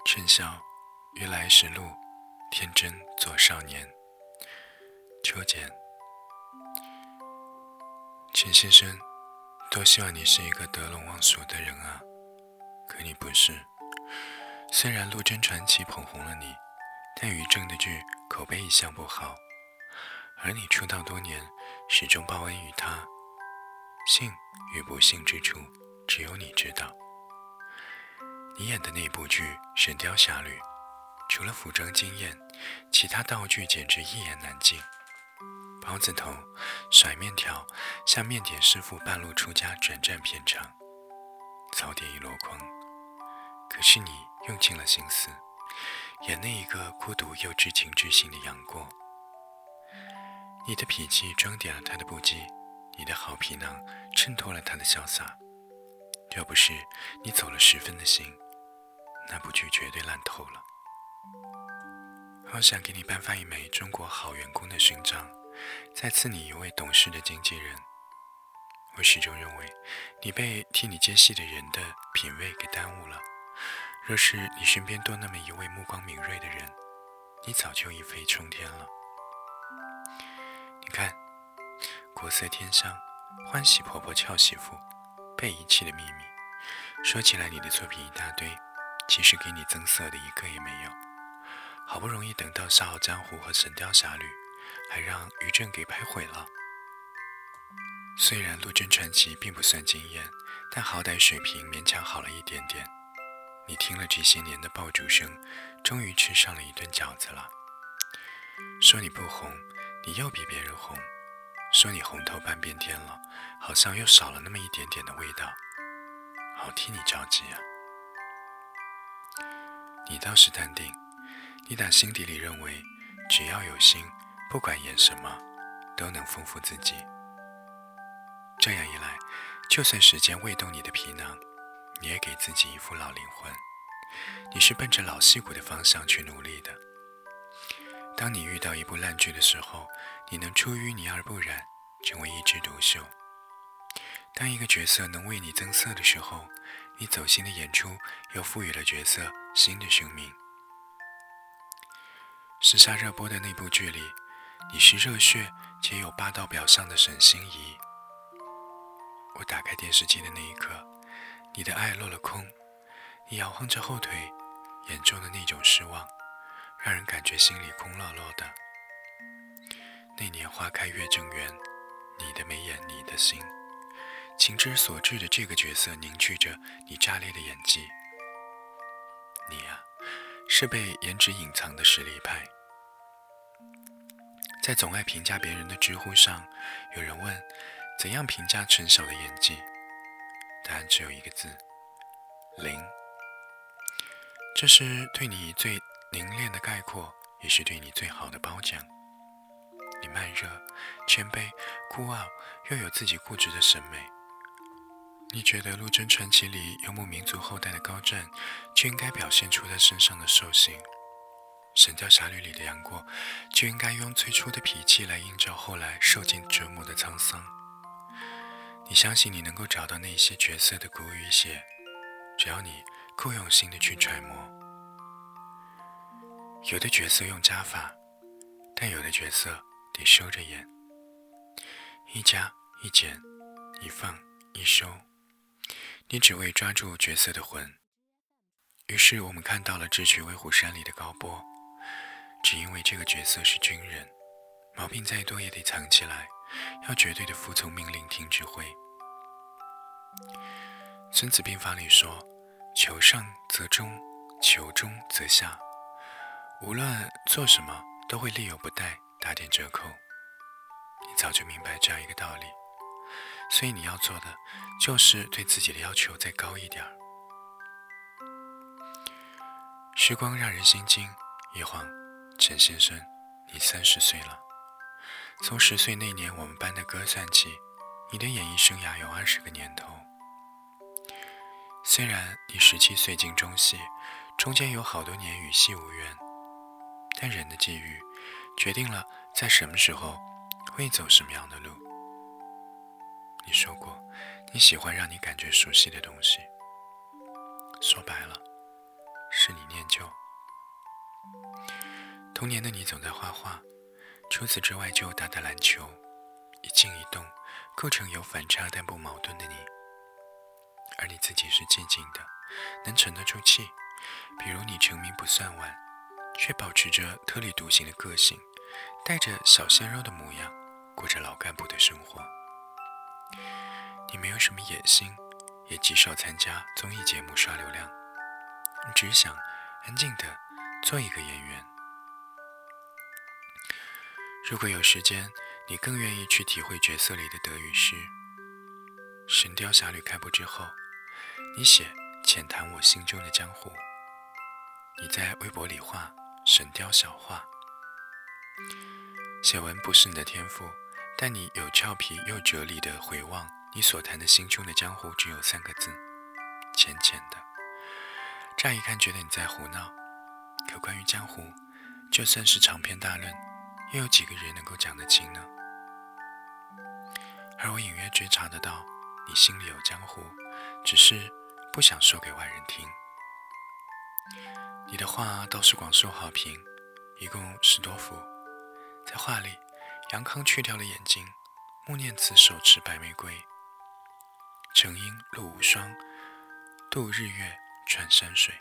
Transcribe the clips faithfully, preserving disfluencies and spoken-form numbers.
春宵与来时路，天真作少年。秋简。陈先生，多希望你是一个得陇望蜀的人啊，可你不是。虽然陆贞传奇捧红了你，但于正的剧口碑一向不好，而你出道多年，始终报恩于他，幸与不幸之处，只有你知道。你演的那部剧《神雕侠侣》，除了服装惊艳，其他道具简直一言难尽。包子头、甩面条，向面点师傅半路出家转战片场，槽点一箩筐。可是你用尽了心思，演那一个孤独又知情知性的杨过。你的脾气装点了他的不羁，你的好皮囊衬托了他的潇洒。要不是你走了十分的心，那部剧绝对烂透了。好想给你颁发一枚中国好员工的勋章，再赐你一位懂事的经纪人。我始终认为，你被替你接戏的人的品味给耽误了。若是你身边多那么一位目光敏锐的人，你早就一飞冲天了。你看，国色天香，欢喜婆婆俏媳妇，被遗弃的秘密。说起来你的作品一大堆，其实给你增色的一个也没有。好不容易等到《笑傲江湖》和《神雕侠侣》，还让于正给拍毁了。虽然陆贞传奇并不算惊艳，但好歹水平勉强好了一点点。你听了这些年的爆竹声，终于吃上了一顿饺子了。说你不红，你又比别人红；说你红透半边天了，好像又少了那么一点点的味道。好替你着急啊！你倒是淡定，你打心底里认为，只要有心，不管演什么，都能丰富自己。这样一来，就算时间未动你的皮囊，你也给自己一副老灵魂。你是奔着老戏骨的方向去努力的。当你遇到一部烂剧的时候，你能出淤泥而不染，成为一枝独秀。当一个角色能为你增色的时候，你走心的演出又赋予了角色新的生命。时下热播的那部剧里，你是热血且有霸道表象的沈心怡。我打开电视机的那一刻，你的爱落了空，你摇晃着后腿，眼中的那种失望，让人感觉心里空落落的。那年花开月正圆，你的眉眼，你的心，情之所至的这个角色凝聚着你炸裂的演技。你呀、啊，是被颜值隐藏的实力派。在总爱评价别人的知乎上，有人问怎样评价陈晓的演技，答案只有一个字：零。这是对你最凝练的概括，也是对你最好的褒奖。你慢热、谦卑、孤傲，又有自己固执的审美。你觉得陆贞传奇里游牧民族后代的高湛，就应该表现出他身上的兽性；神雕侠侣里的杨过，就应该用最初的脾气来映照后来受尽折磨的沧桑。你相信你能够找到那些角色的骨与血，只要你够用心的去揣摩。有的角色用加法，但有的角色得收着演，一加一减，一放一收，你只为抓住角色的魂。于是我们看到了《智取威虎山》里的高波，只因为这个角色是军人，毛病再多也得藏起来，要绝对的服从命令，听指挥。孙子兵法里说，求上则中，求中则下，无论做什么都会力有不逮，打点折扣。你早就明白这样一个道理，所以你要做的就是对自己的要求再高一点。时光让人心惊，一晃，陈先生，你三十岁了。从十岁那年我们班的歌算起，你的演艺生涯有二十个年头。虽然你十七岁进中戏，中间有好多年与戏无缘，但人的际遇决定了在什么时候会走什么样的路。你说过，你喜欢让你感觉熟悉的东西，说白了，是你念究。童年的你总在画画，除此之外就打打篮球，一静一动，构成有反差但不矛盾的你。而你自己是寂静的，能沉得住气。比如你成名不算晚，却保持着特立独行的个性，带着小鲜肉的模样，过着老干部的生活。你没有什么野心，也极少参加综艺节目刷流量，你只想安静地做一个演员。如果有时间，你更愿意去体会角色里的得与失。神雕侠侣开播之后，你写浅谈我心中的江湖，你在微博里画神雕小画。写文不是你的天赋，但你有俏皮又哲理的回望，你所谈的心中的江湖只有三个字，浅浅的。乍一看觉得你在胡闹，可关于江湖，就算是长篇大论，又有几个人能够讲得清呢？而我隐约觉察得到，你心里有江湖，只是不想说给外人听。你的画倒是广受好评，一共十多幅。在画里，杨康去掉了眼睛，穆念慈手持白玫瑰，程婴陆无双，渡日月穿山水。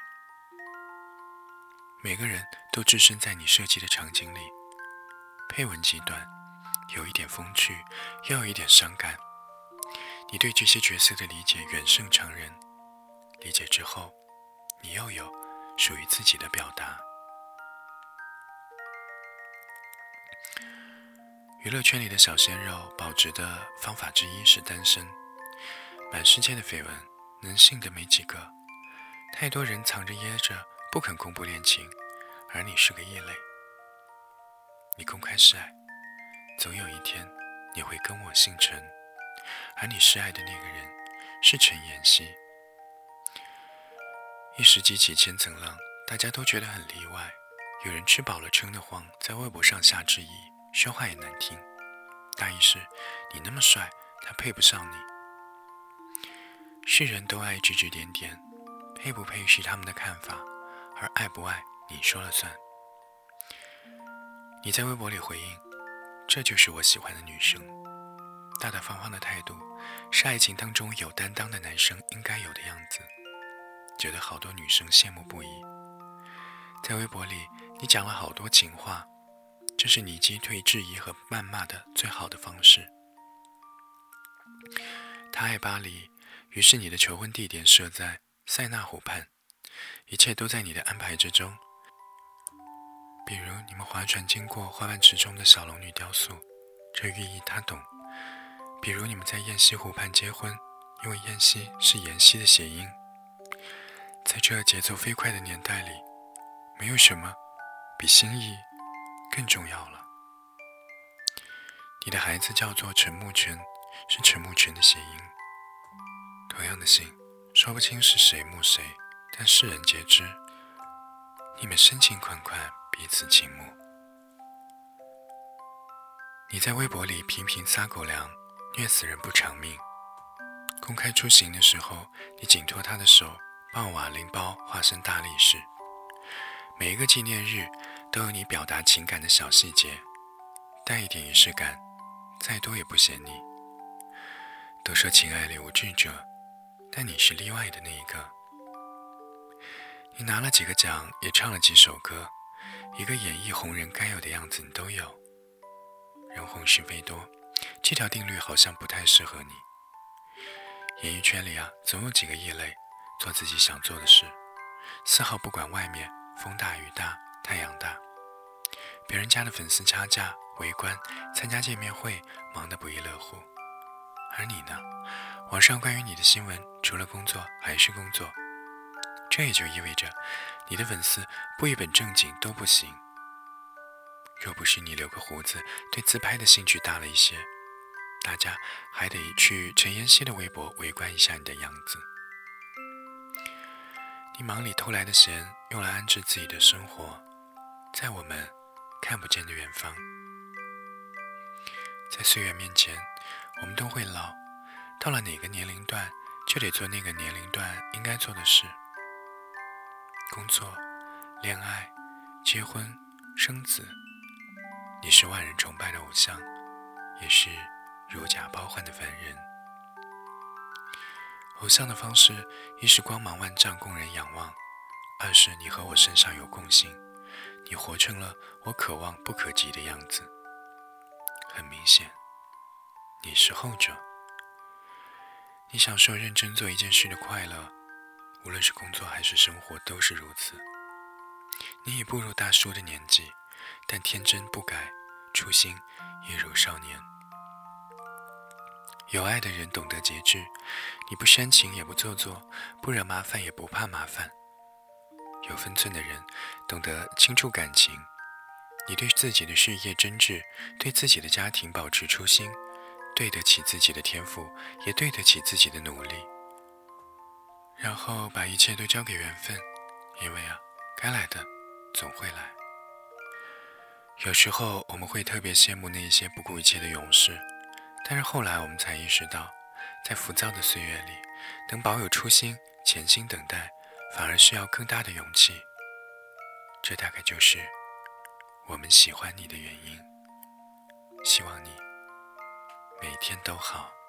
每个人都置身在你设计的场景里，配文极短，有一点风趣，又有一点伤感。你对这些角色的理解远胜常人，理解之后，你又有属于自己的表达。娱乐圈里的小鲜肉保值的方法之一是单身，满世界的绯闻，能信的没几个，太多人藏着掖着不肯公布恋情，而你是个异类。你公开示爱，总有一天你会跟我姓陈，而你示爱的那个人是陈妍希。一时激起千层浪，大家都觉得很例外，有人吃饱了撑得慌，在微博上下质疑，说话也难听，大意是你那么帅，他配不上你。世人都爱指指点点，配不配是他们的看法，而爱不爱你说了算。你在微博里回应，这就是我喜欢的女生。大大方方的态度，是爱情当中有担当的男生应该有的样子，觉得好多女生羡慕不已。在微博里，你讲了好多情话，这是你击退质疑和谩骂的最好的方式。他爱巴黎，于是你的求婚地点设在塞纳湖畔，一切都在你的安排之中。比如你们划船经过花瓣池中的小龙女雕塑，这寓意他懂。比如你们在雁西湖畔结婚，因为雁西是妍希的谐音。在这节奏飞快的年代里，没有什么比心意更重要了。你的孩子叫做陈沐晨，是陈沐晨的谐音。同样的姓，说不清是谁慕谁，但世人皆知，你们深情款款，彼此倾慕。你在微博里频频撒狗粮，虐死人不偿命。公开出行的时候，你紧托他的手，抱瓦拎包化身大力士。每一个纪念日都有你表达情感的小细节，带一点仪式感，再多也不嫌腻。都说情爱里无智者，但你是例外的那一个。你拿了几个奖，也唱了几首歌，一个演绎红人该有的样子你都有。人红是非多，这条定律好像不太适合你。演艺圈里啊，总有几个异类，做自己想做的事，丝毫不管外面风大雨大太阳大。别人家的粉丝掐架围观，参加见面会忙得不亦乐乎。而你呢，网上关于你的新闻除了工作还是工作，这也就意味着你的粉丝不一本正经都不行。若不是你留个胡子对自拍的兴趣大了一些，大家还得去陈妍希的微博围观一下你的样子。你忙里偷来的闲用来安置自己的生活，在我们看不见的远方。在岁月面前，我们都会老，到了哪个年龄段就得做那个年龄段应该做的事。工作恋爱、结婚、生子，你是万人崇拜的偶像，也是如假包换的凡人。偶像的方式，一是光芒万丈供人仰望，二是你和我身上有共性，你活成了我可望不可及的样子。很明显，你是后者。你享受认真做一件事的快乐，无论是工作还是生活都是如此。你已步入大叔的年纪，但天真不改，初心一如少年。有爱的人懂得节制，你不煽情也不做作，不惹麻烦也不怕麻烦。有分寸的人懂得倾注感情，你对自己的事业真挚，对自己的家庭保持初心，对得起自己的天赋，也对得起自己的努力，然后把一切都交给缘分，因为啊，该来的总会来。有时候我们会特别羡慕那些不顾一切的勇士，但是后来我们才意识到，在浮躁的岁月里，能保有初心，潜心等待，反而需要更大的勇气。这大概就是我们喜欢你的原因。希望你每天都好。